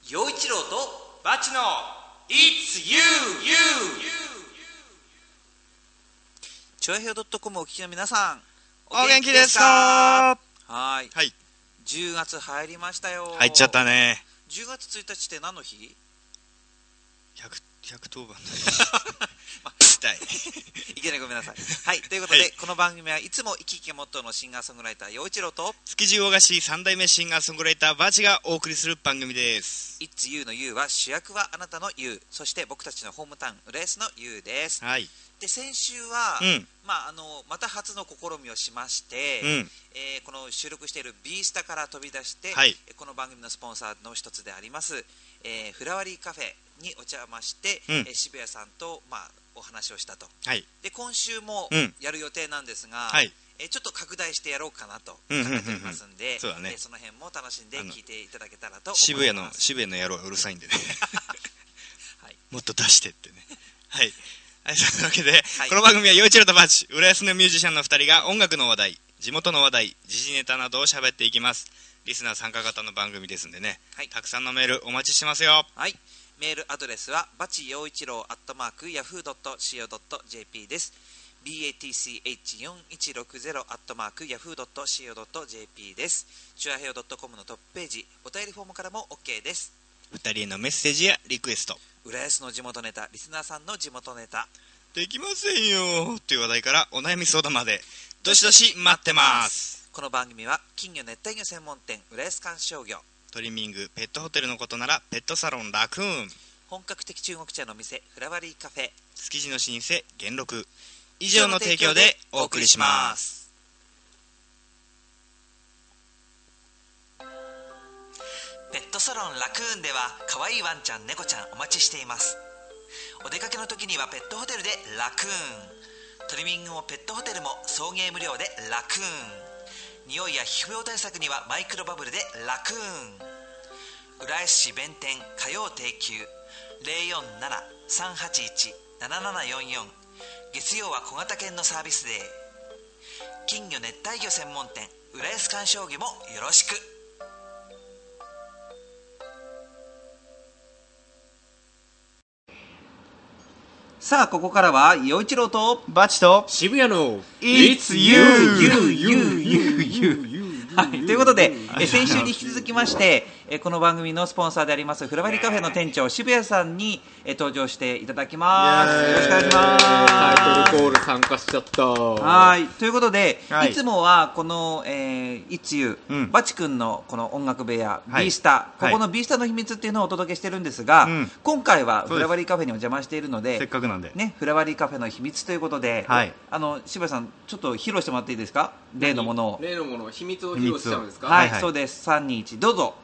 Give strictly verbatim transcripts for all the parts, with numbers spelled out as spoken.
陽一郎とバチの It's You! チョアヘオ .com お聞きの皆さん、 お元気ですか？ はい、 はい、 じゅうがつ入りましたよ。 入っちゃったね。 じゅうがつついたちって何の日？ 百百当番のしたいいけない、ごめんなさい。はい、ということで、 はい、 この番組はいつも生き生きモットーのシンガーソングライター陽一郎と築地大菓子三代目シンガーソングライターバチがお送りする番組です。 It's You の You は主役はあなたの You、 そして僕たちのホームタウン浦安の You です。 はい。 で先週は、うん、まあ、あのまた初の試みをしまして、うん、えー、この収録している B スタから飛び出して、はい、この番組のスポンサーの一つであります、えー、フラワリーカフェにお邪魔して、うん、えー、渋谷さんと、まあ、お話をしたと、はい、で今週もやる予定なんですが、はい、えー、ちょっと拡大してやろうかなと考えておりますんで、その辺も楽しんで聞いていただけたらと思います。 渋谷の渋谷の野郎はうるさいんでね、はい、もっと出してってね。はい、はい、そういうわけで、はい、この番組は陽一郎とバチ、浦安のミュージシャンのふたりが音楽の話題、地元の話題、時事ネタなどを喋っていきます。リスナー参加型の番組ですんでね、はい、たくさんのメールお待ちしてますよ。 はい、メールアドレスはバチ陽一郎アットマークヤフー ドットシーオー ドット ジェーピー です。 バツよんいちろくゼロ アットマークヤフー ドットシーオー ドット ジェーピー です。チュアヘオ .com のトップページお便りフォームからも OK です。 ふたりへのメッセージやリクエスト、 浦安の地元ネタ、リスナーさんの地元ネタ、 できませんよという話題からお悩み相談までどしどし待ってます。 この番組は金魚熱帯魚専門店浦安観賞魚、 トリミングペットホテルのことならペットサロンラクーン、 本格的中国茶の店フラワリーカフェ、 築地の老舗元禄以上の提供でお送りします。 ペットサロンラクーンでは可愛いワンちゃん猫ちゃんお待ちしています。お出かけの時にはペットホテルでラクーン、トリミングもペットホテルも送迎無料でラクーン、匂いや皮膚病対策にはマイクロバブルでラクーン、浦安市弁天火曜定休 ゼロよんなな さんはちいち ななななよんよん、月曜は小型犬のサービスデー、金魚熱帯魚専門店浦安観賞魚もよろしく。さあここからは陽一郎とバチと渋谷の It's You! You! You! You! You! はい、ということで、え先週に引き続きましてえこの番組のスポンサーでありますフラワリーカフェの店長渋谷さんにえ登場していただきます。よろしくお願いします。 タイトルコール参加しちゃった。 はい、ということで、はい、いつもはこの、えー、It's You、うん、バチ君のこの音楽部屋、はい、B スタ、ここの B スタの秘密っていうのをお届けしてるんですが、はい、今回はフラワリーカフェにお邪魔しているので、 せっかくなんで、 ね、フラワリーカフェの秘密ということで、はい、あの渋谷さんちょっと披露してもらっていいですか？例のものを。 例のもの、秘密を披露しちゃうんですか？ はい、はい、そうです。さんにいちどうぞ。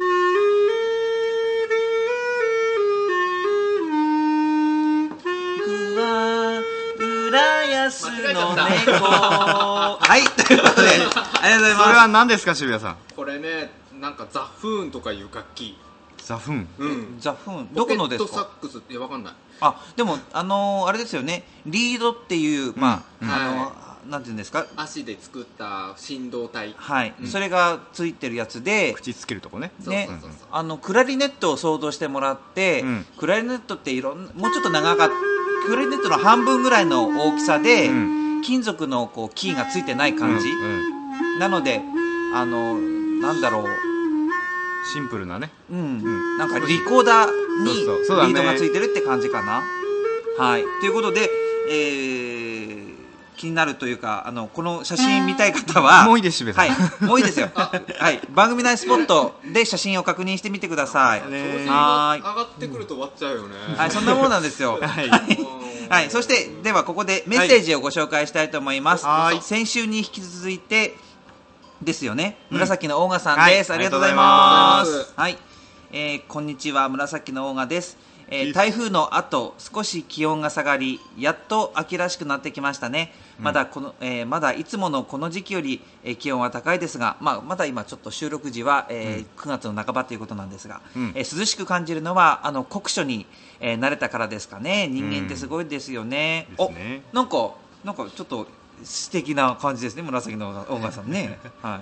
僕は浦安の猫はいということでありがとうございます。 それは何ですか渋谷さん？ これね、なんかザフーンとかいう楽器。 ザフーン、 うん、ザフーンどこのですか？ ポケットサックスってわかんない。 あ、でもあのー、あれですよね、リードっていう、まあ、うん、あのーはい、なんていうんですか、 足で作った振動体、 はい、うん、それがついてるやつで口つけるとこね。 ね、そうそうそうそう、あのクラリネットを想像してもらって、うん、クラリネットっていろんな、もうちょっと長かったクラリネットの半分ぐらいの大きさで、うん、金属のこうキーがついてない感じ、うんうん、なのであのなんだろう、 シンプルなね、 うんうん、なんかリコーダーにリードがついてるって感じかな。はい、ということで、えー、気になるというか、あのこの写真見たい方はもういいです渋谷さん、 はい、もういいですよはい、番組内スポットで写真を確認してみてください。 はい、上がってくると終わっちゃうよね。 はい、そんなものなんですよ。はい、はい、そしてではここでメッセージをご紹介したいと思います。はい、先週に引き続いてですよね、うん、紫のオーガさんです、はい、ありがとうございます。はい、えー、こんにちは、紫のオーガです。えー、台風の後少し気温が下がり、やっと秋らしくなってきましたね。まだこの、えー、まだいつものこの時期より、えー、気温は高いですが、まあ、まだ今ちょっと収録時は、えーうん、くがつの半ばということなんですが、うん、えー、涼しく感じるのはあの酷暑に、えー、慣れたからですかね。人間ってすごいですよね。うん、お、ね、なんかなんかちょっと素敵な感じですね、紫のオーガさんね。はい、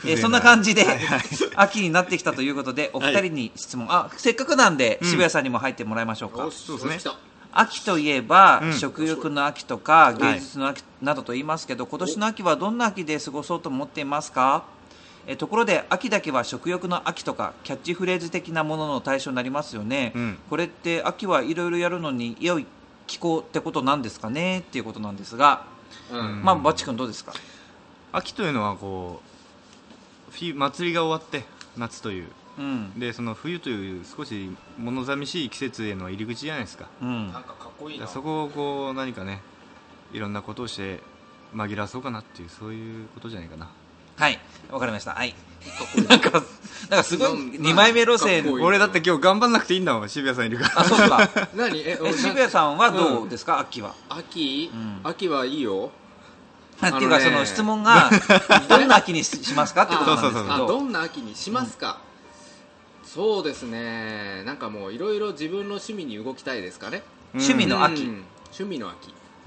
えー、そんな感じで、はいはい、秋になってきたということでお二人に質問、はい、あせっかくなんで、うん、渋谷さんにも入ってもらいましょうか。 そうですね。 秋といえば、うん、食欲の秋とか芸術の秋などと言いますけど、今年の秋はどんな秋で過ごそうと思っていますか。えところで秋だけは食欲の秋とかキャッチフレーズ的なものの対象になりますよね、うん、これって秋はいろいろやるのに良い気候ってことなんですかねっていうことなんですが、うん、まあバッチ君どうですか。 秋というのはこう冬祭りが終わって夏という、うん、でその冬という少し物寂しい季節への入り口じゃないですか、うん、 なんかかっこいいな。 そこをこう何かねいろんなことをして紛らわそうかなっていうそういうことじゃないかな。 はい、わかりました。はい。なんか、なんかすごいにまいめ路線。 俺だって今日頑張んなくていいんだもん、渋谷さんいるから。 あ、そうか。 何ええ渋谷さんはどうですか、うん、秋は。 秋、うん、秋はいいよ。 っていうか、その質問がどんな秋にしますかってことなんですけど。 どんな秋にしますか。うん、そうですね。なんかもういろいろ自分の趣味に動きたいですかね。 趣味の秋。 うん、趣味の秋。 うん。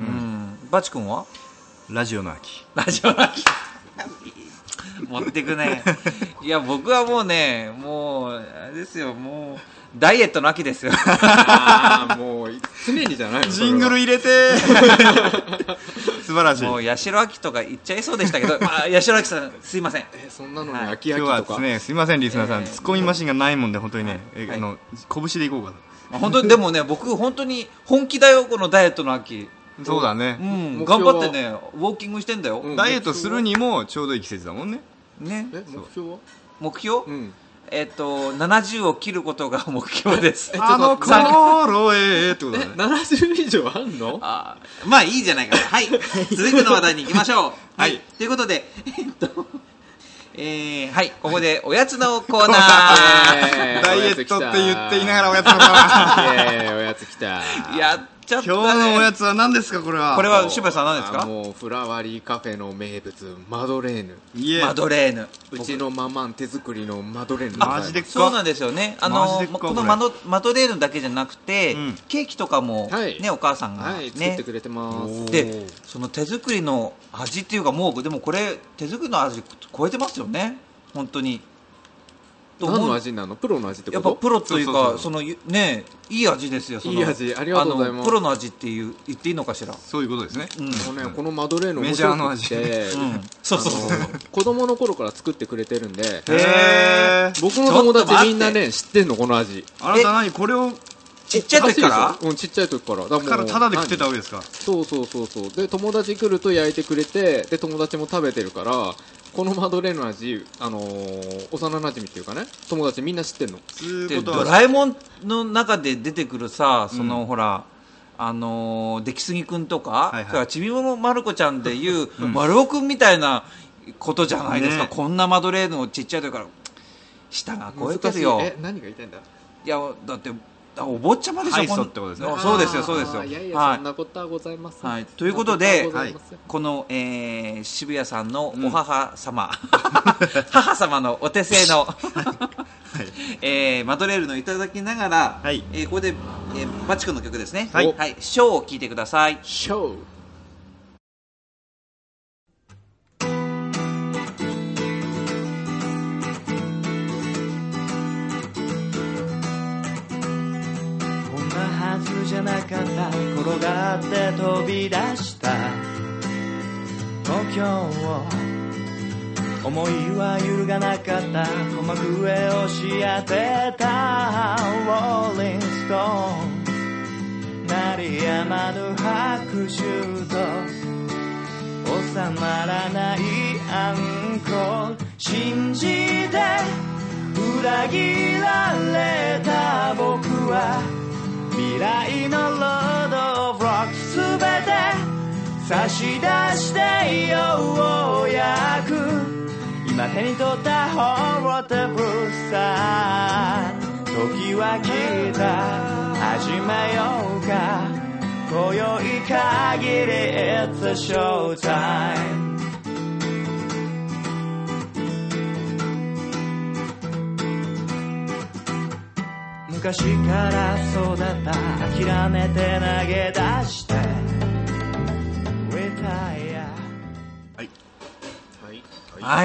バチ君は？ ラジオの秋。 ラジオの秋。持ってくね。いや僕はもうね、もうあれですよ、もうダイエットの秋ですよ。 あもう常にじゃないの。 ジングル入れて。素晴らしい。 もう八代秋とか言っちゃいそうでしたけど、まあ、八代秋さんすいません。 えそんなのに秋秋とか、 はい、今日はですね、すいませんリスナーさん、えー、ツッコミマシンがないもんで本当にね、はい、あの拳でいこうかと。本当にでもね、僕本当に本気だよこのダイエットの秋。 そうだね、 うん、頑張ってねウォーキングしてんだよ、 うん、ダイエットするにもちょうどいい季節だもんね。 ね、え目標は目標、うん、えっとななじゅうを切ることが目標です。 あの頃へってことだね。 ななじゅう以上あんの。 あまあいいじゃないかな。はい続いての話題に行きましょう。はい、ということでえっとえー、はいここでおやつのコーナー。 ダイエットって言っていながらおやつのコーナー。イエーイおやつきた。 やっちゃったね。 今日のおやつは何ですかこれは。 これは渋谷さん何ですか。 もうフラワリーカフェの名物マドレーヌ。 マドレーヌ、 うちのママン手作りのマドレーヌ。 マジでっか。そうなんですよね。あのこのマドマドレーヌだけじゃなくて、うん、ケーキとかも、はい、ねお母さんが、ねはい、 作ってくれてます。 でその手作りの味っていうかもうでもこれ手作りの味超えてますよね本当に。 何の味なの？プロの味ってこと？ やっぱプロというかそのねいい味ですよ。そのいい味ありがとうございます。 プロの味っていう言っていいのかしら。 そういうことですね。 うん、このねこのマドレーヌメジャーの味で、うん、 そうそうそう子供の頃から作ってくれてるんで。 へえ。 僕の友達みんなね知ってんのこの味。 あなた何これをちっちゃい時から？ うんちっちゃい時から。 だからタダで食ってたわけですか。 そうそうそうそう。で友達来ると焼いてくれてで友達も食べてるから。このマドレーヌの味、あのー、幼馴染っていうかね友達みんな知ってんの。 でドラえもんの中で出てくるさその、うん、ほらあのー、出来すぎくんとか、はいはい、それからちびももまる子ちゃんでいう、うん、丸尾くんみたいなことじゃないですか、ね、こんなマドレーヌをちっちゃい時から舌が超えてるよ。 え何が言いたいんだ。 いやだってお坊ちゃまでしょ。 ハイソってことですね。 そうですよそうですよ。 いやいや、はい、そんなことはございません、 はい、ということで、はい、この、えー、渋谷さんのお母様、うん、母様のお手製の、はいえー、マドレーヌのいただきながら、はいえー、ここで、えー、バチ君の曲ですね。はい、はい、ショーを聴いてください。 ショーじゃなかった転がって飛び出した東京を思いは揺るがなかった鼓膜上をし当てたローリングストーン鳴り止まぬ拍手と収まらないアンコール信じて裏切られた僕は未来のロードオブロックすべて差し出してようやく今手に取ったホロテブルさ時は来た始めようか今宵限り It's a show time昔からそうだった諦めて投げ出してリタイアはい、はいはい、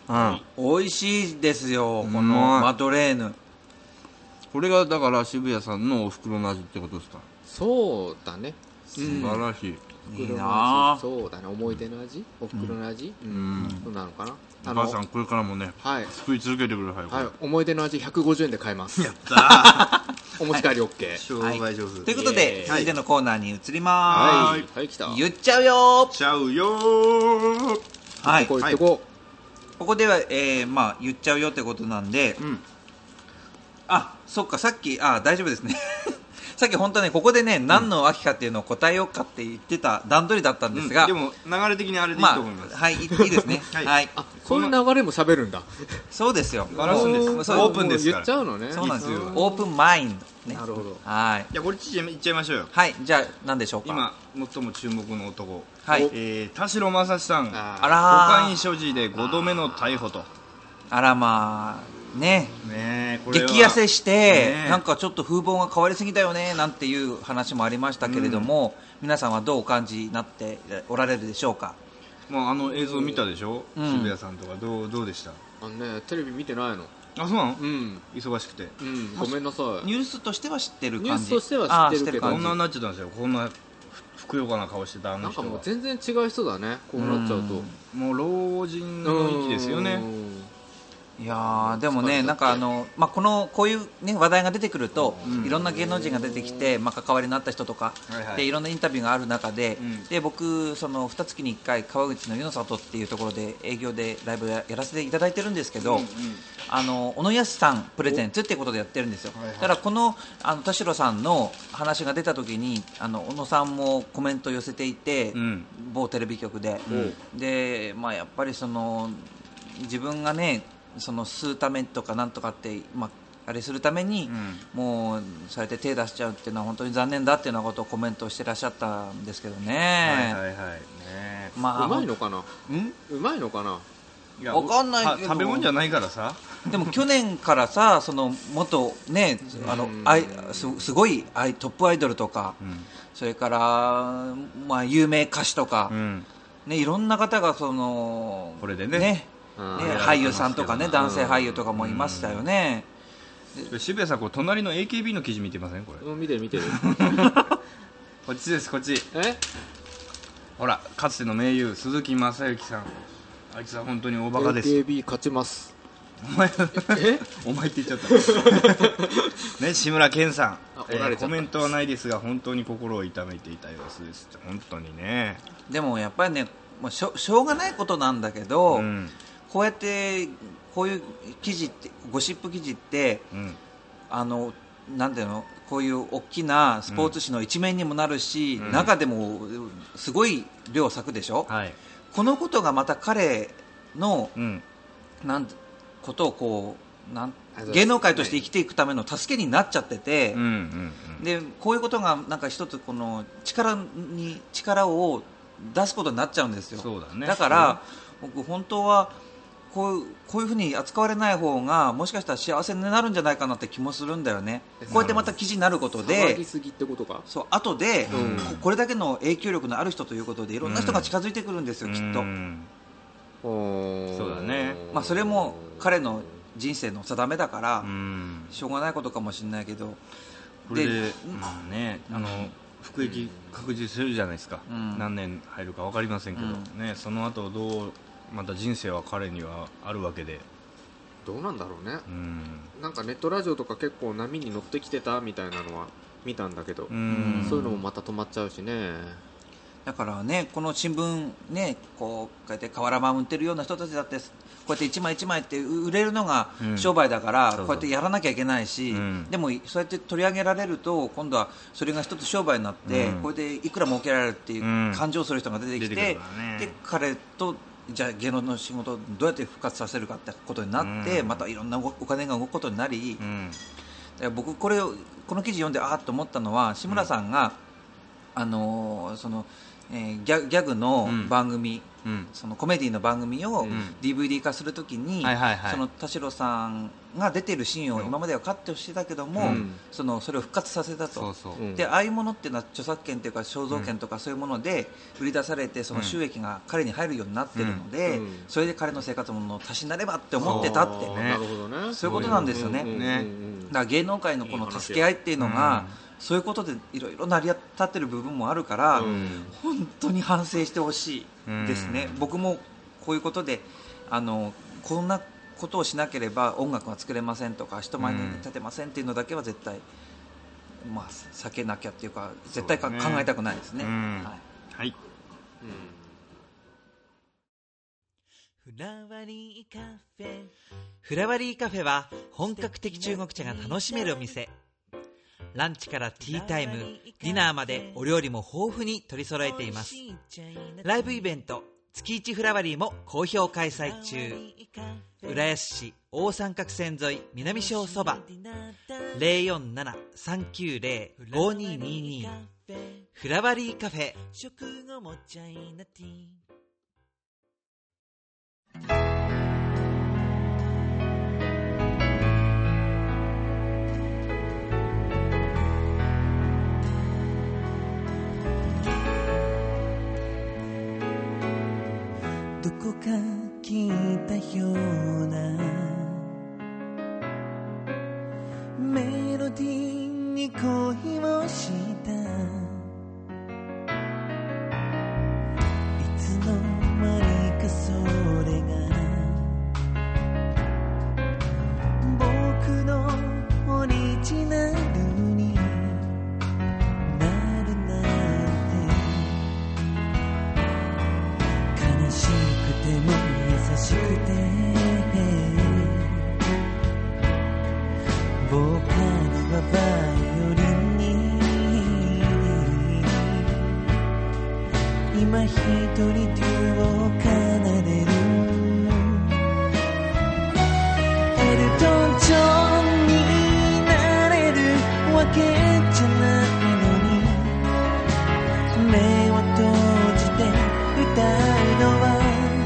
うん、 美味しいですよこのマドレーヌ。 これがだから渋谷さんのお袋の味ってことですか？ そうだね、 素晴らしい。 いいな。 そうだね、思い出の味、お袋の味、うん、うん、そうなのかな。 お母さんこれからもね、はい、作り続けてください。 はい、思い出の味ひゃくごじゅうえんで買えます。 やったーお持ち帰り OK。 商売上手、 はい、ということで続いてのコーナーに移りまーす。はい、はい、来た。 言っちゃうよちゃうよー。 はい、 こここここでは、えー、まあ言っちゃうよってことなんで、うん、あ、そっか、さっき、あ、大丈夫ですねさっき本当はね、ここでね、何の秋かっていうのを答えようかって言ってた段取りだったんですが、 うん、でも流れ的にあれでいいと思います、 まあ、はい、いいですねはい、はい、 あ、そういう流れも喋るんだ。 そうですよ、 バラすんです。オープンですから言っちゃうのね。 そうなんですよ、オープンマインド、ね、 なるほど。 はい、 じゃあこれちいっちゃいましょうよ。 はい、じゃあ何でしょうか。 今最も注目の男、 はい、 えー、田代正史さん、 あら、 コカイン所持でごどめの逮捕と。 あら、まあね、 ね、これは激痩せして、ね、なんかちょっと風貌が変わりすぎだよねなんていう話もありましたけれども、うん、皆さんはどうお感じになっておられるでしょうか。 もうあの映像見たでしょ、うん、渋谷さんとかどう、どうでした？ あのね、テレビ見てないの。 あ、そうなの？ うん、 忙しくて、 うん、ごめんなさい。 ニュースとしては知ってる感じ。 ニュースとしては知ってるけど、 こんなになっちゃったんですよ。こんなふくよかな顔してたあの人は。 なんかもう全然違う人だね、こうなっちゃうと。 うもう老人の域ですよね。 いやーでもね、なんかあの、まあ、このこういう、ね、話題が出てくると、うん、いろんな芸能人が出てきて、まあ、関わりのあった人とか、はいはい、でいろんなインタビューがある中で、うん、で僕そのにがつにいっかい川口の湯の里っていうところで営業でライブやらせていただいてるんですけど、うんうん、あの小野安さんプレゼンツっていうことでやってるんですよ、はいはい、だからこのあの田代さんの話が出た時にあの小野さんもコメントを寄せていて、うん、某テレビ局で、うん、で、まあ、やっぱりその自分がねその吸うためとかなんとかって、まあ、あれするために、うん、もうそうやって手出しちゃうっていうのは本当に残念だっていうようなことをコメントしてらっしゃったんですけどね。 はいはいはいね、 まあ、うまいのかな、 んうまいのかな、 いや分かんないけど食べ物じゃないからさ。 でも去年からさその元ねあのアイ す, すごいアイトップアイドルとか、うん、それから、まあ、有名歌手とか、うんね、いろんな方がそのこれでねねね、俳優さんとかね、男性俳優とかもいましたよね。 渋谷さん、これ隣の エーケービー の記事見てません？これ見てる見てるこっちです、こっち。 え、 ほら、かつての名優鈴木雅之さん、あいつは本当に大バカです。 エーケービー 勝ちます。 お前えお前って言っちゃったね、志村けんさん、えー、コメントはないですが本当に心を痛めていた様子です。本当にね。 でもやっぱりね、もうし ょ, しょうがないことなんだけど、うん、こうやってこういう記事ってゴシップ記事って、うん、あのなんていうの、こういう大きなスポーツ紙の一面にもなるし、うん、中でもすごい量を割くでしょ、はい、このことがまた彼の、うん、なんことをこうなん芸能界として生きていくための助けになっちゃってて、うんうんうん、でこういうことがなんか一つこの力に力を出すことになっちゃうんですよ。 そうだね、 だから僕本当はこう、こういうふうに扱われない方がもしかしたら幸せになるんじゃないかなって気もするんだよね。こうやってまた記事になることで騒ぎすぎってことか。 そう後で、うん、これだけの影響力のある人ということでいろんな人が近づいてくるんですよ、うん、きっと。 そうだね、 まあ、それも彼の人生の定めだから、うん、しょうがないことかもしれないけど、 これで、まあね、あの服役確実するじゃないですか、うん、何年入るか分かりませんけど、うんね、その後どうまた人生は彼にはあるわけで、 どうなんだろうね、 うん、 なんかネットラジオとか結構波に乗ってきてたみたいなのは見たんだけど、うん、そういうのもまた止まっちゃうしね。 だからね、この新聞ね、こう、こうやって瓦版売ってるような人たちだってこうやって一枚一枚って売れるのが商売だから、うん、こうやってやらなきゃいけないし、うん、でもそうやって取り上げられると今度はそれが一つ商売になって、うん、これでいくら儲けられるっていう感情をする人が出てきて、うん、ね、で彼とじゃあ芸能の仕事をどうやって復活させるかってことになって、うん、またいろんなお金が動くことになり、うん、だから僕これをこの記事読んであーっと思ったのは、志村さんが、うん、あのー、そのえー、ギャ、ギャグの番組、 うん、 そのコメディの番組を ディーブイディー 化するときに、はいはいはい、その田代さんが出てるシーンを今まではカットしてたけども、うん、そのそれを復活させたと。そうそう、でああいうものっていうのは著作権というか肖像権とかそういうもので売り出されて、その収益が彼に入るようになってるので、うん、それで彼の生活の足しになればって思ってたって、ね、そういうことなんですよね。だから芸能界のこの助け合いっていうのが、そういうことでいろいろ成り立ってる部分もあるから、うん、本当に反省してほしいですね、うん、僕もこういうことであのこんなことをしなければ音楽が作れませんとか人前に立てませんっていうのだけは絶対、まあ、避けなきゃっていうか絶対か、ね、考えたくないですね、うん、はい、はい、 うん、フラワリーカフェフラワリーカフェは本格的中国茶が楽しめるお店。ランチからティータイム、ディナーまでお料理も豊富に取り揃えています。ライブイベント月一フラワリーも好評開催中。浦安市大三角線沿い南小そば ゼロよんなな さんきゅうゼロ ごににに フラワリーカフェ。 どこか聞いたようなメロディーに恋をしたいつの間にかそれが僕のオリジナルになるなんて悲しくても優しくてボーカルはバイオリンに今一人手を奏でるエルトン・ジョンになれるわけじゃないのに目を閉じて歌うのは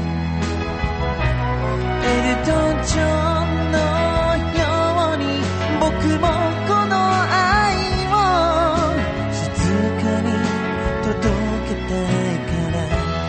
エルトン・ジョン僕もこの愛を静かに届けたいから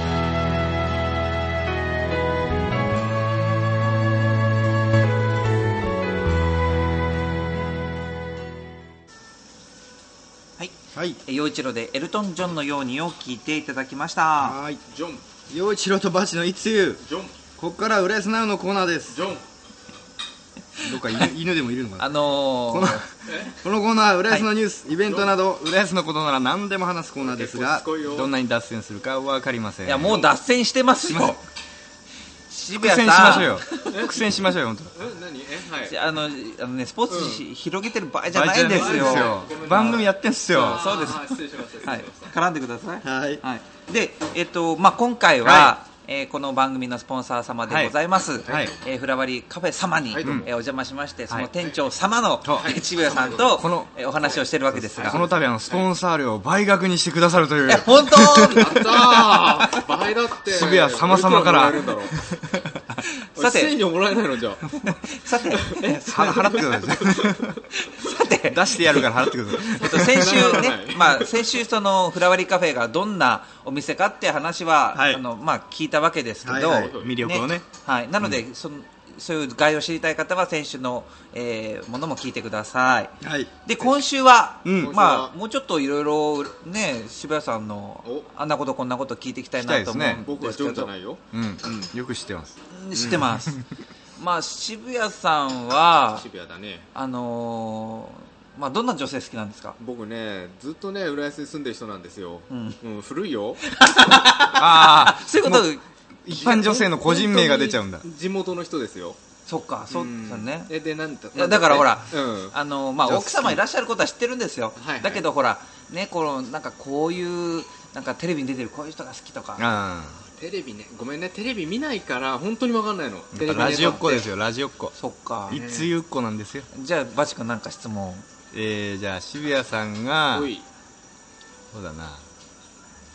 はい、はい、陽一郎でエルトン・ジョンのようにを聞いていただきました。 はい、ジョン陽一郎とバチのいつゆジョンここから浦安ナウのコーナーです。ジョンどっか 犬, 犬でもいるのかな、あのー、こ, のこのコーナーは浦安のニュース、はい、イベントなど浦安のことなら何でも話すコーナーですがどんなに脱線するか分かりません。 いやもう脱線してますよ渋谷さん苦戦しましょうよ苦戦しましょうよ本当何え、はい、あのあのねスポーツ、うん、広げてる場合じゃないんですよ。 番組やってんすよ。 そうです。失礼しました。はい、絡んでください。 はい、 はい、で、えっとまあ、今回は、はいえー、この番組のスポンサー様でございます、はいえー、フラワリーカフェ様に、はいえー、お邪魔しまして、その店長様の、はい、渋谷さんとこの、えー、お話をしているわけですが、 この度はスポンサー料を倍額にしてくださるという。 え本当やったー倍だって渋谷様様からさてせんえんもらえないのじゃあさて払ってくださいさて出してやるから払ってください、 えっと、先週ね、まあ、先週そのフラワリーカフェがどんなお店かって話は、はいあのまあ、聞いたわけですけど、はいはい、 魅力をね、 はい、なので、うん、そのそういう概要を知りたい方は先週の、えー、ものも聞いてください、はい、で今週は、うんまあ、もうちょっといろいろね渋谷さんのあんなことこんなこと聞いていきたいなと思うんですけど、 僕はジョンじゃないよ、 うんうん、よく知ってます知ってますまあ渋谷さんは渋谷だねあのーまあ、どんな女性好きなんですか？ 僕ねずっとね浦安に住んでる人なんですよ、うんうん、古いよああそういうこと一般女性の個人名が出ちゃうんだ。 地元の人ですよ。 そっかそうですね。 えでなんだだからほら、うん、あのまあ奥様いらっしゃることは知ってるんですよ、はいはい、だけどほらねこのなんかこういうなんかテレビに出てるこういう人が好きとか。 あテレビねごめんねテレビ見ないから本当に分かんないの。テレビラジオっ子ですよラジオっ子。 そっかいつゆっ子なんですよ。 じゃあバチ君なんか質問。 えー、じゃあ渋谷さんがそうだな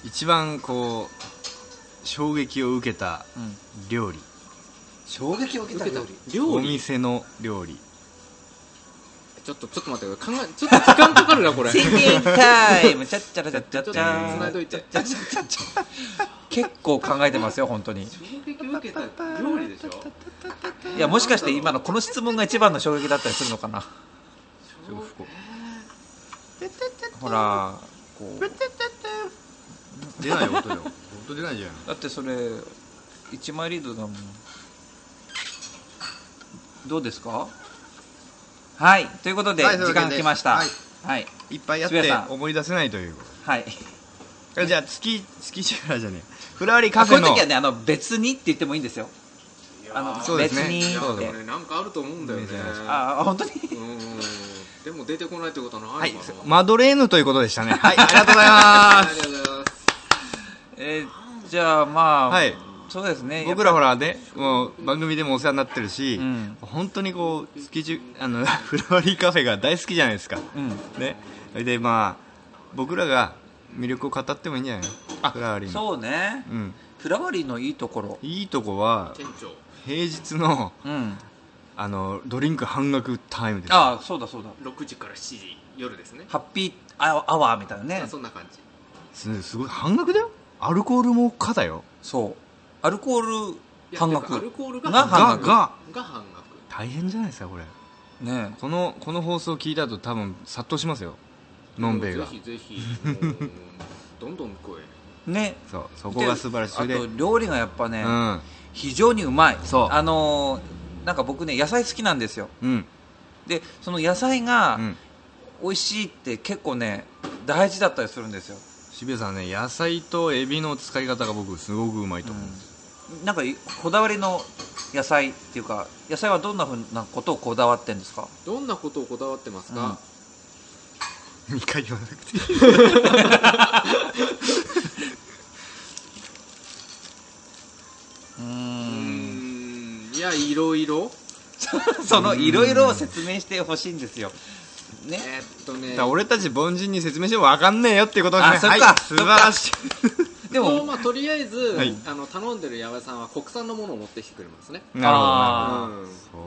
一番こう衝撃を受けた料理、うん、 衝撃を受けた料理料理お店の料理。 ちょっとちょっと待って考えちょっと時間かかるなこれシンキングタイムチャッチャラチャッチャッチャーつないどいて結構考えてますよ本当に。 衝撃を受けた料理でしょ。 いやもしかして今のこの質問が一番の衝撃だったりするのかな。ほらこう出ない音よ。音出ないじゃん。 だってそれ一枚リードだもん。どうですか。はいということで、はい、時間が来ました。はい、はい、 いっぱいやって思い出せないという。 はいじゃあ月月じゃじゃねフラワリーカフェのこういう時はねあの別にって言ってもいいんですよ。あのそうですね、 別にってでもねなんかあると思うんだよね。 ああ本当にうんでも出てこないってことはないのかな、 はい、マドレーヌということでしたね。はいありがとうございますありがとうございます。 えー、じゃあまあ、はい、そうですね僕らほらねもう番組でもお世話になってるし、うん、本当にこう築地あのフラワリーカフェが大好きじゃないですか、うんね、でまあ僕らが魅力を語ってもいいんじゃないの。あフラワリーのそうね、うん、フラワリーのいいところいいとこは店長平日の、うん、あのドリンク半額タイムです。 ああそうだそうだろくじからしちじ夜ですね。 ハッピーアワーみたいなね。 そんな感じす, すごい半額だよ。アルコールも可だよ。 そうアルコール半額アルコールが半額がが半額大変じゃないですかこれね。 このこの放送を聞いた後多分殺到しますよのんべいが。 ぜひぜひどんどん来いね。 そうそこが素晴らしい。 あと料理がやっぱね、うん、非常にうまい。 そうあのー、なんか僕ね野菜好きなんですよ、うん、でその野菜が美味しいって結構ね大事だったりするんですよ。 渋谷さんね野菜とエビの使い方が僕すごくうまいと思う、 うん、なんかこだわりの野菜っていうか野菜はどんなふうなことをこだわってるんですか。 どんなことをこだわってますか、 うん、にかい言わなくていいうーんいやいろいろそのいろいろを説明してほしいんですよね。 えー、っとね俺たち凡人に説明しても分かんねえよっていうことですね。 あ、そっか、 はい、素晴らしいでも、まあ、とりあえず、はい、あの頼んでる八百屋さんは国産のものを持ってきてくれますね。 なるほど、うん、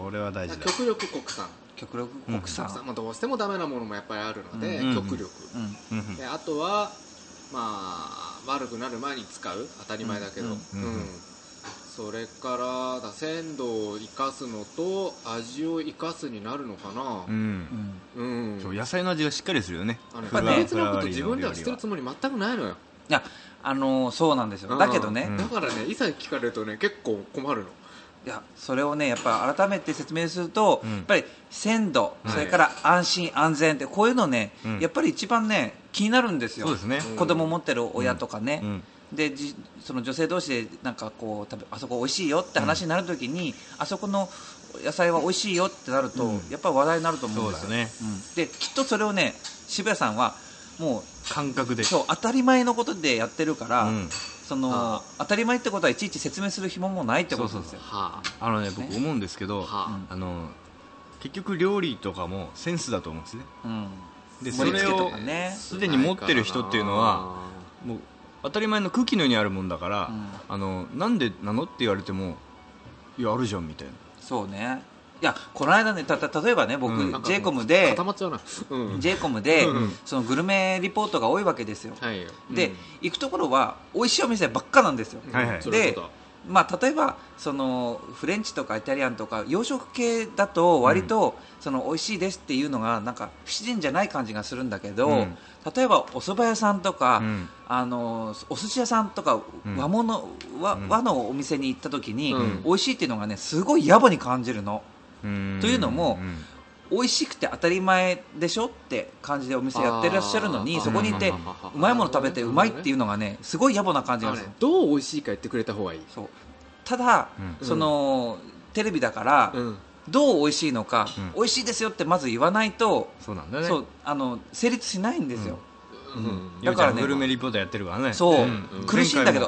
それは大事だ。 極力国産極力国産、うん、 まあ、どうしてもダメなものもやっぱりあるので、うん、極力、うん、であとはまあ悪くなる前に使う当たり前だけど、うんうん、それからだ鮮度を生かすのと味を生かすになるのかな、うんうん、そう野菜の味がしっかりするよね。 あの別なこと自分ではしてるつもり全くないのよ。 いやあのー、そうなんですよ。だけどね、 うん、だからねいざ聞かれるとね結構困るの。 いやそれをねやっぱ改めて説明すると、うん、やっぱり鮮度、それから安心安全ってこういうのね、うん、やっぱり一番ね気になるんですよ。 そうですね、 子供持ってる親とかね、うんうん、でその女性同士でなんかこう食べあそこ美味しいよって話になるときに、あそこの野菜は美味しいよってなると、やっぱり話題になると思うんですよ。 そうですね、 できっとそれをね渋谷さんはもう感覚でそう当たり前のことでやってるから、うん、その当たり前ってことはいちいち説明する暇もないってことですよ。 あのね僕思うんですけど、ね、あの結局料理とかもセンスだと思うんですね、うん、でそれをすでに持ってる人っていうのはもう当たり前の空気のようにあるもんだから、うん、あのなんでなのって言われてもいやあるじゃんみたいな。 そうね。いやこの間ねたた例えばね僕、うん、ジェイコムで固まっちゃうな、 うん、ジェイコムで、うん、そのグルメリポートが多いわけですよ、はい、で、うん、行くところは美味しいお店ばっかなんですよ、はいはい、で、まあ、例えばそのフレンチとかイタリアンとか洋食系だと割と、うん、その美味しいですっていうのがなんか不自然じゃない感じがするんだけど、うん、例えばお蕎麦屋さんとか、うん、あのお寿司屋さんとか、うん、和物 和, 和のお店に行った時に、うん、美味しいっていうのがねすごい野暮に感じるの。というのも、うん、美味しくて当たり前でしょって感じでお店やってらっしゃるのにそこにいてうまいもの食べてうまいっていうのがねすごい野暮な感じがする。 どう美味しいか言ってくれた方がいい。 そうただ、うん、そのテレビだから、うん、どう美味しいのか、うん、美味しいですよってまず言わないとそうなんだね。 そうあの成立しないんですよ、 うんうん、だからねグルメリポートやってるからね。 そう、うん、苦しいんだけど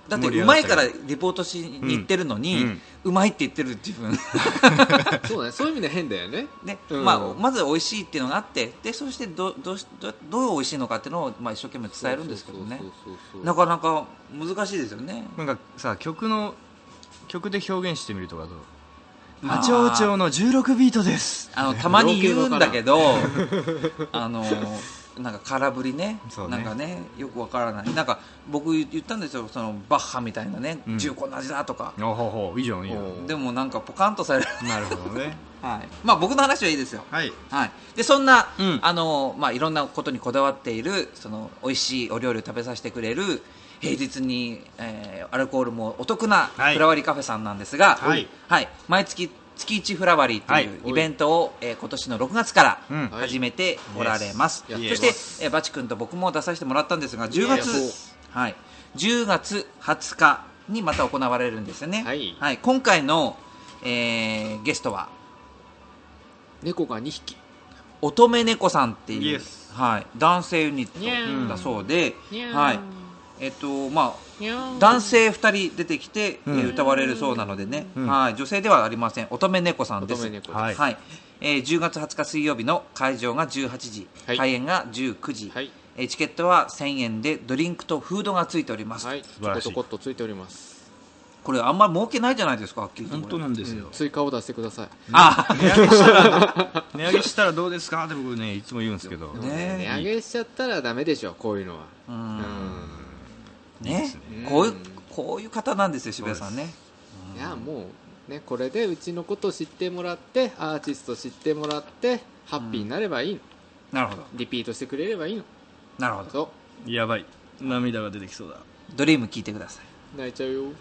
だってうまいからリポートしに行ってるのに、うん、うまいって言ってる自分そうね、そういう意味で変だよね。 で、うん、まあ、まず美味しいっていうのがあって、でそしてどどどどう美味しいのかっていうのを、まあ、一生懸命伝えるんですけどね、なかなか難しいですよね。 なんかさ、曲の曲で表現してみるとかどう？マチョウチョウのじゅうろくビートです。 あのたまに言うんだけどあのなんか空振り ね, ねなんかねよくわからない。なんか僕言ったんですよ、そのバッハみたいなね、うん、重厚な味だとか。 ほうほう、いいじゃんいいじゃん。 でもなんかポカンとされる。 なるほどね。 はい。まあ僕の話はいいですよ。 はい。 はい。でそんな、うん、あのまあいろんなことにこだわっているその美味しいお料理を食べさせてくれる平日に、えー、アルコールもお得なフラワリーカフェさんなんですが、はい。はい、毎月月一フラワリーというイベントを、はい、えー、今年のろくがつから始めておられます、はい、そして、えー、バチ君と僕も出させてもらったんですがじゅうがつ、はい、じゅうがつはつかにまた行われるんですよね、はいはい、今回の、えー、ゲストは猫がにひき乙女猫さんっていう、はい、男性ユニットだそうで、はい、えっとまあ男性ふたり出てきて、うん、歌われるそうなのでね、うん、はい、女性ではありません。乙女猫さんです。はいはい、えー、じゅうがつはつか水曜日の会場がじゅうはちじ、はい、開演がじゅうくじ、はい、えー、チケットはせんえんでドリンクとフードがついております。 はい、ちょこちょこっとついております。 これあんまり儲けないじゃないですか。 本当なんですよ、 うん、追加を出してください。 あ値上げしたら値上げしたらどうですかって僕ねいつも言うんですけど、 ね、値上げしちゃったらダメでしょ、こういうのは。うんうんね、こういうこういう方なんですよ、渋谷さんね。 いやもうね、これでうちのことを知ってもらって、アーティスト知ってもらってハッピーになればいいの、 うん、なるほど。 リピートしてくれればいいの。 なるほど。そう、やばい、涙が出てきそうだ。 ドリーム聞いてください。 泣いちゃうよ。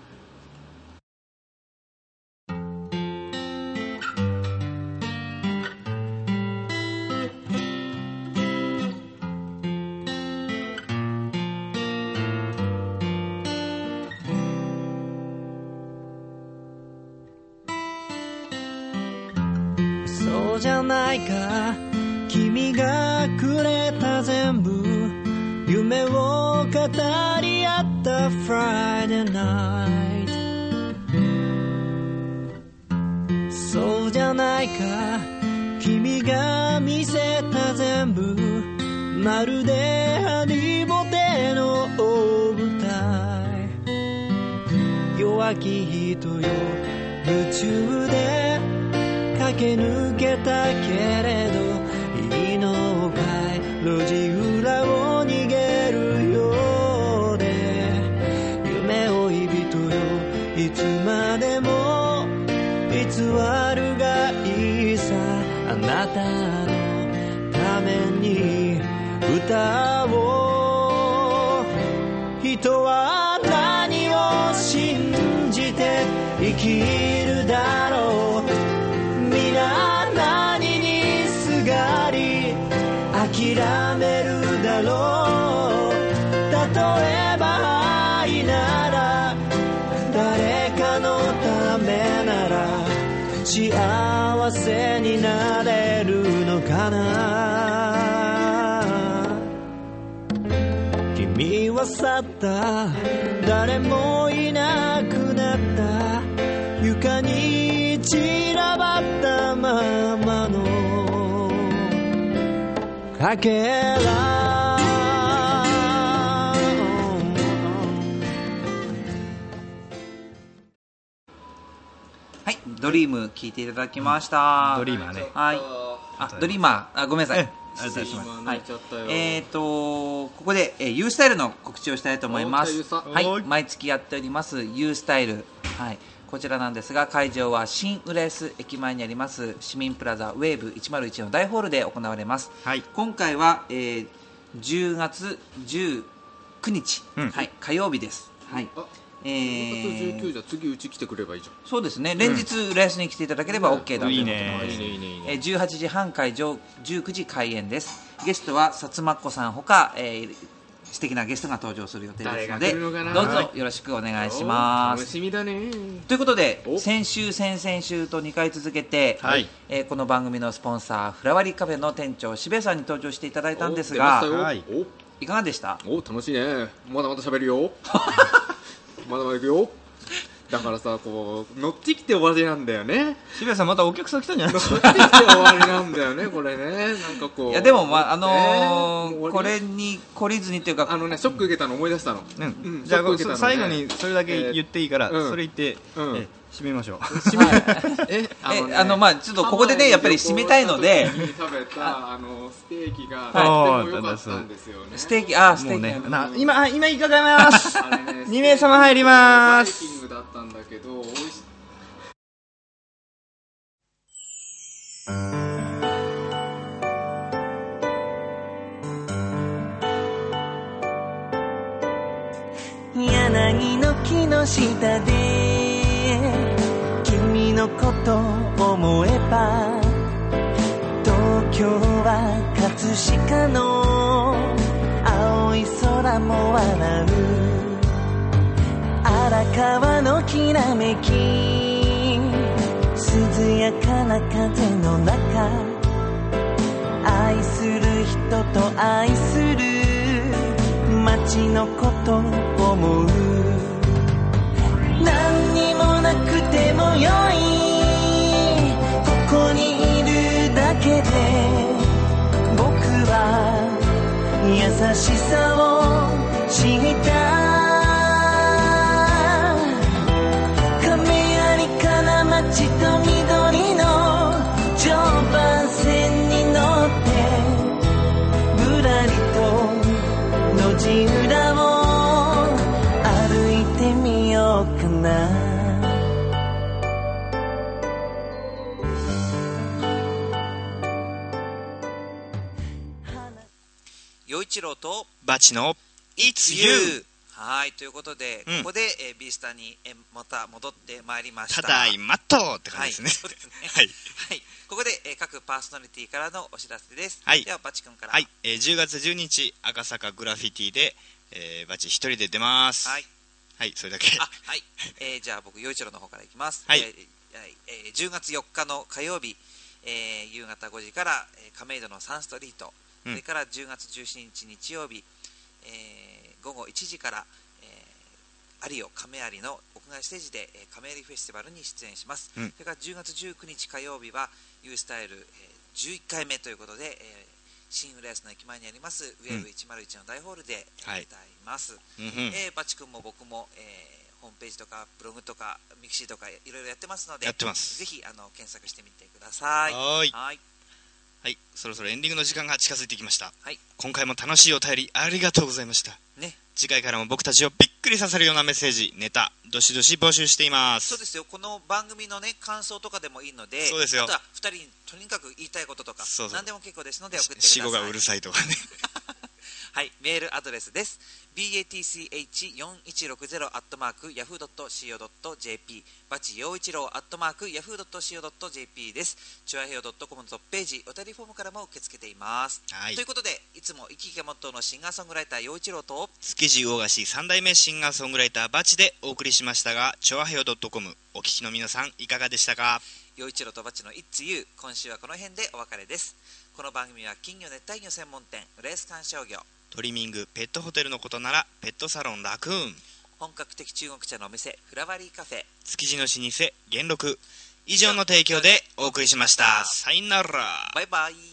じゃないか、君がくれた全部夢を語り合った Friday night。 そうじゃないか、君が見せた全部まるでハリボテの大舞台。弱き人よ、夢中で駆け抜けたけれどいいのかい、路地裏を逃げるようで。夢追い人よ、いつまでも偽るがいいさ。あなたのために歌おう。人は何を信じて生きるだろう。皆何にすがり諦めるだろう。例えば愛なら誰かのためなら幸せになれるのかな。君は去った、誰もいなくなった、床に散らばったままのかけら。 はい、ドリーム聞いていただきました。 ドリーマーね。 はい。あ、ドリーマー、あ、ごめんなさい。失礼します。はい。えっとここで、えー、ユースタイルの告知をしたいと思います。はい。毎月やっておりますユースタイル。はい。こちらなんですが、会場は新浦安駅前にあります市民プラザウェーブいちまるいちの大ホールで行われます。はい。今回は、えー、じゅうがつじゅうくにち、うん、はい、火曜日です。はい。 えー、じゅうくじゅうきゅうじゃ次うち来てくればいいじゃん。 そうですね、連日浦安に来ていただければ OK だということです。じゅうはちじはん会場、じゅうくじ開演です。ゲストは薩摩っ子さんほか、えー、素敵なゲストが登場する予定ですので、どうぞよろしくお願いします。 楽しみだね。 ということで、先週先々週とにかい続けて、はい、えー、この番組のスポンサーフラワリーカフェの店長渋谷さんに登場していただいたんですが、はい、いかがでした？ お、楽しいね。まだまだ喋るよ。 まだまだいくよ。だからさ、こう乗ってきて終わりなんだよね。 渋谷さんまたお客さん来たんじゃないですか。 乗ってきて終わりなんだよねこれね。なんかこういやでもまああのーえー、これに懲りずにっていうかあのねショック受けたの思い出したの。 うんうん、じゃあ、ね、最後にそれだけ言っていいから、えー、それ言って、うんえ締めましょう。 締めえあの、ね、あのまあちょっとここでねやっぱり締めたいので食べたあのステーキがとても良かったんですよね。 ステーキあステーキ、 ね、な今今伺います。あれねに名様入ります。 バイキングだったんだけど美味しい。 柳の木の下で君のこと思えば東京は葛飾の青い空も笑う荒川のきらめき涼やかな風の中愛する人と愛する街のこと思う何にもなくてもよいここにいるだけで僕は優しさを知った亀有から街と緑の常磐線に乗ってぶらりと路地裏を歩いてみようかな。 陽一郎とバチの It's You。 はいということで、うん、ここで、えー、ビースタに、えー、また戻ってまいりました。 ただいまっとって感じですね。 はい、そうですね。はい、はい、ここで、えー、各パーソナリティからのお知らせです。はい、ではバチ君から。 はい、えー、じゅうがつじゅうににち赤坂グラフィティで、えー、バチ一人で出ます。はい、はい、それだけ。 あ、はい、えー、じゃあ僕陽一郎の方からいきます。 はい、 えーえー、じゅうがつよっかの火曜日、えー、夕方ごじから、えー、亀戸のサンストリート、うん、それからじゅうがつじゅうしちにち日曜日、えー、午後いちじから、えー、有オ亀有の屋外ステージで、えー、亀有フェスティバルに出演します。うん、それからじゅうがつじゅうくにち火曜日は U スタイル、えー、じゅういっかいめということで、えー新浦安の駅前にありますウェーブいちまるいちの大ホールで歌います。はい、えー、バチ君も僕も、えー、ホームページとかブログとかミクシーとかいろいろやってますので、 やってます。 ぜひあの検索してみてください。 はいはい、はい、そろそろエンディングの時間が近づいてきました。はい、今回も楽しいお便りありがとうございました。ね、次回からも僕たちをびっくりさせるようなメッセージネタどしどし募集しています。 そうですよ。この番組のね感想とかでもいいので、 そうですよ。 あとはふたりにとにかく言いたいこととかそうそう何でも結構ですので送ってください。 死後がうるさいとかねはい、メールアドレスです。ビーエーティーシーエイチよんいちろくゼロ アットマークヤフー ドット シーオー ドット ジェーピー バチ陽一郎アットマークヤフー ドット シーオー ドット ジェーピー です。チュアヘオ .com のトップページお便りフォームからも受け付けています。はい、ということでいつも生き生きがモットーのシンガーソングライター陽一郎と築地魚河岸さん代目シンガーソングライターバチでお送りしましたが、チュアヘオ .com お聞きの皆さんいかがでしたか。 陽一郎とバチの It's You、 今週はこの辺でお別れです。この番組は金魚熱帯魚専門店浦安観賞魚、 トリミングペットホテルのことならペットサロンラクーン、 本格的中国茶のお店フラワリーカフェ、 築地の老舗元禄以上の提供でお送りしました。さよなら、 バイバイ。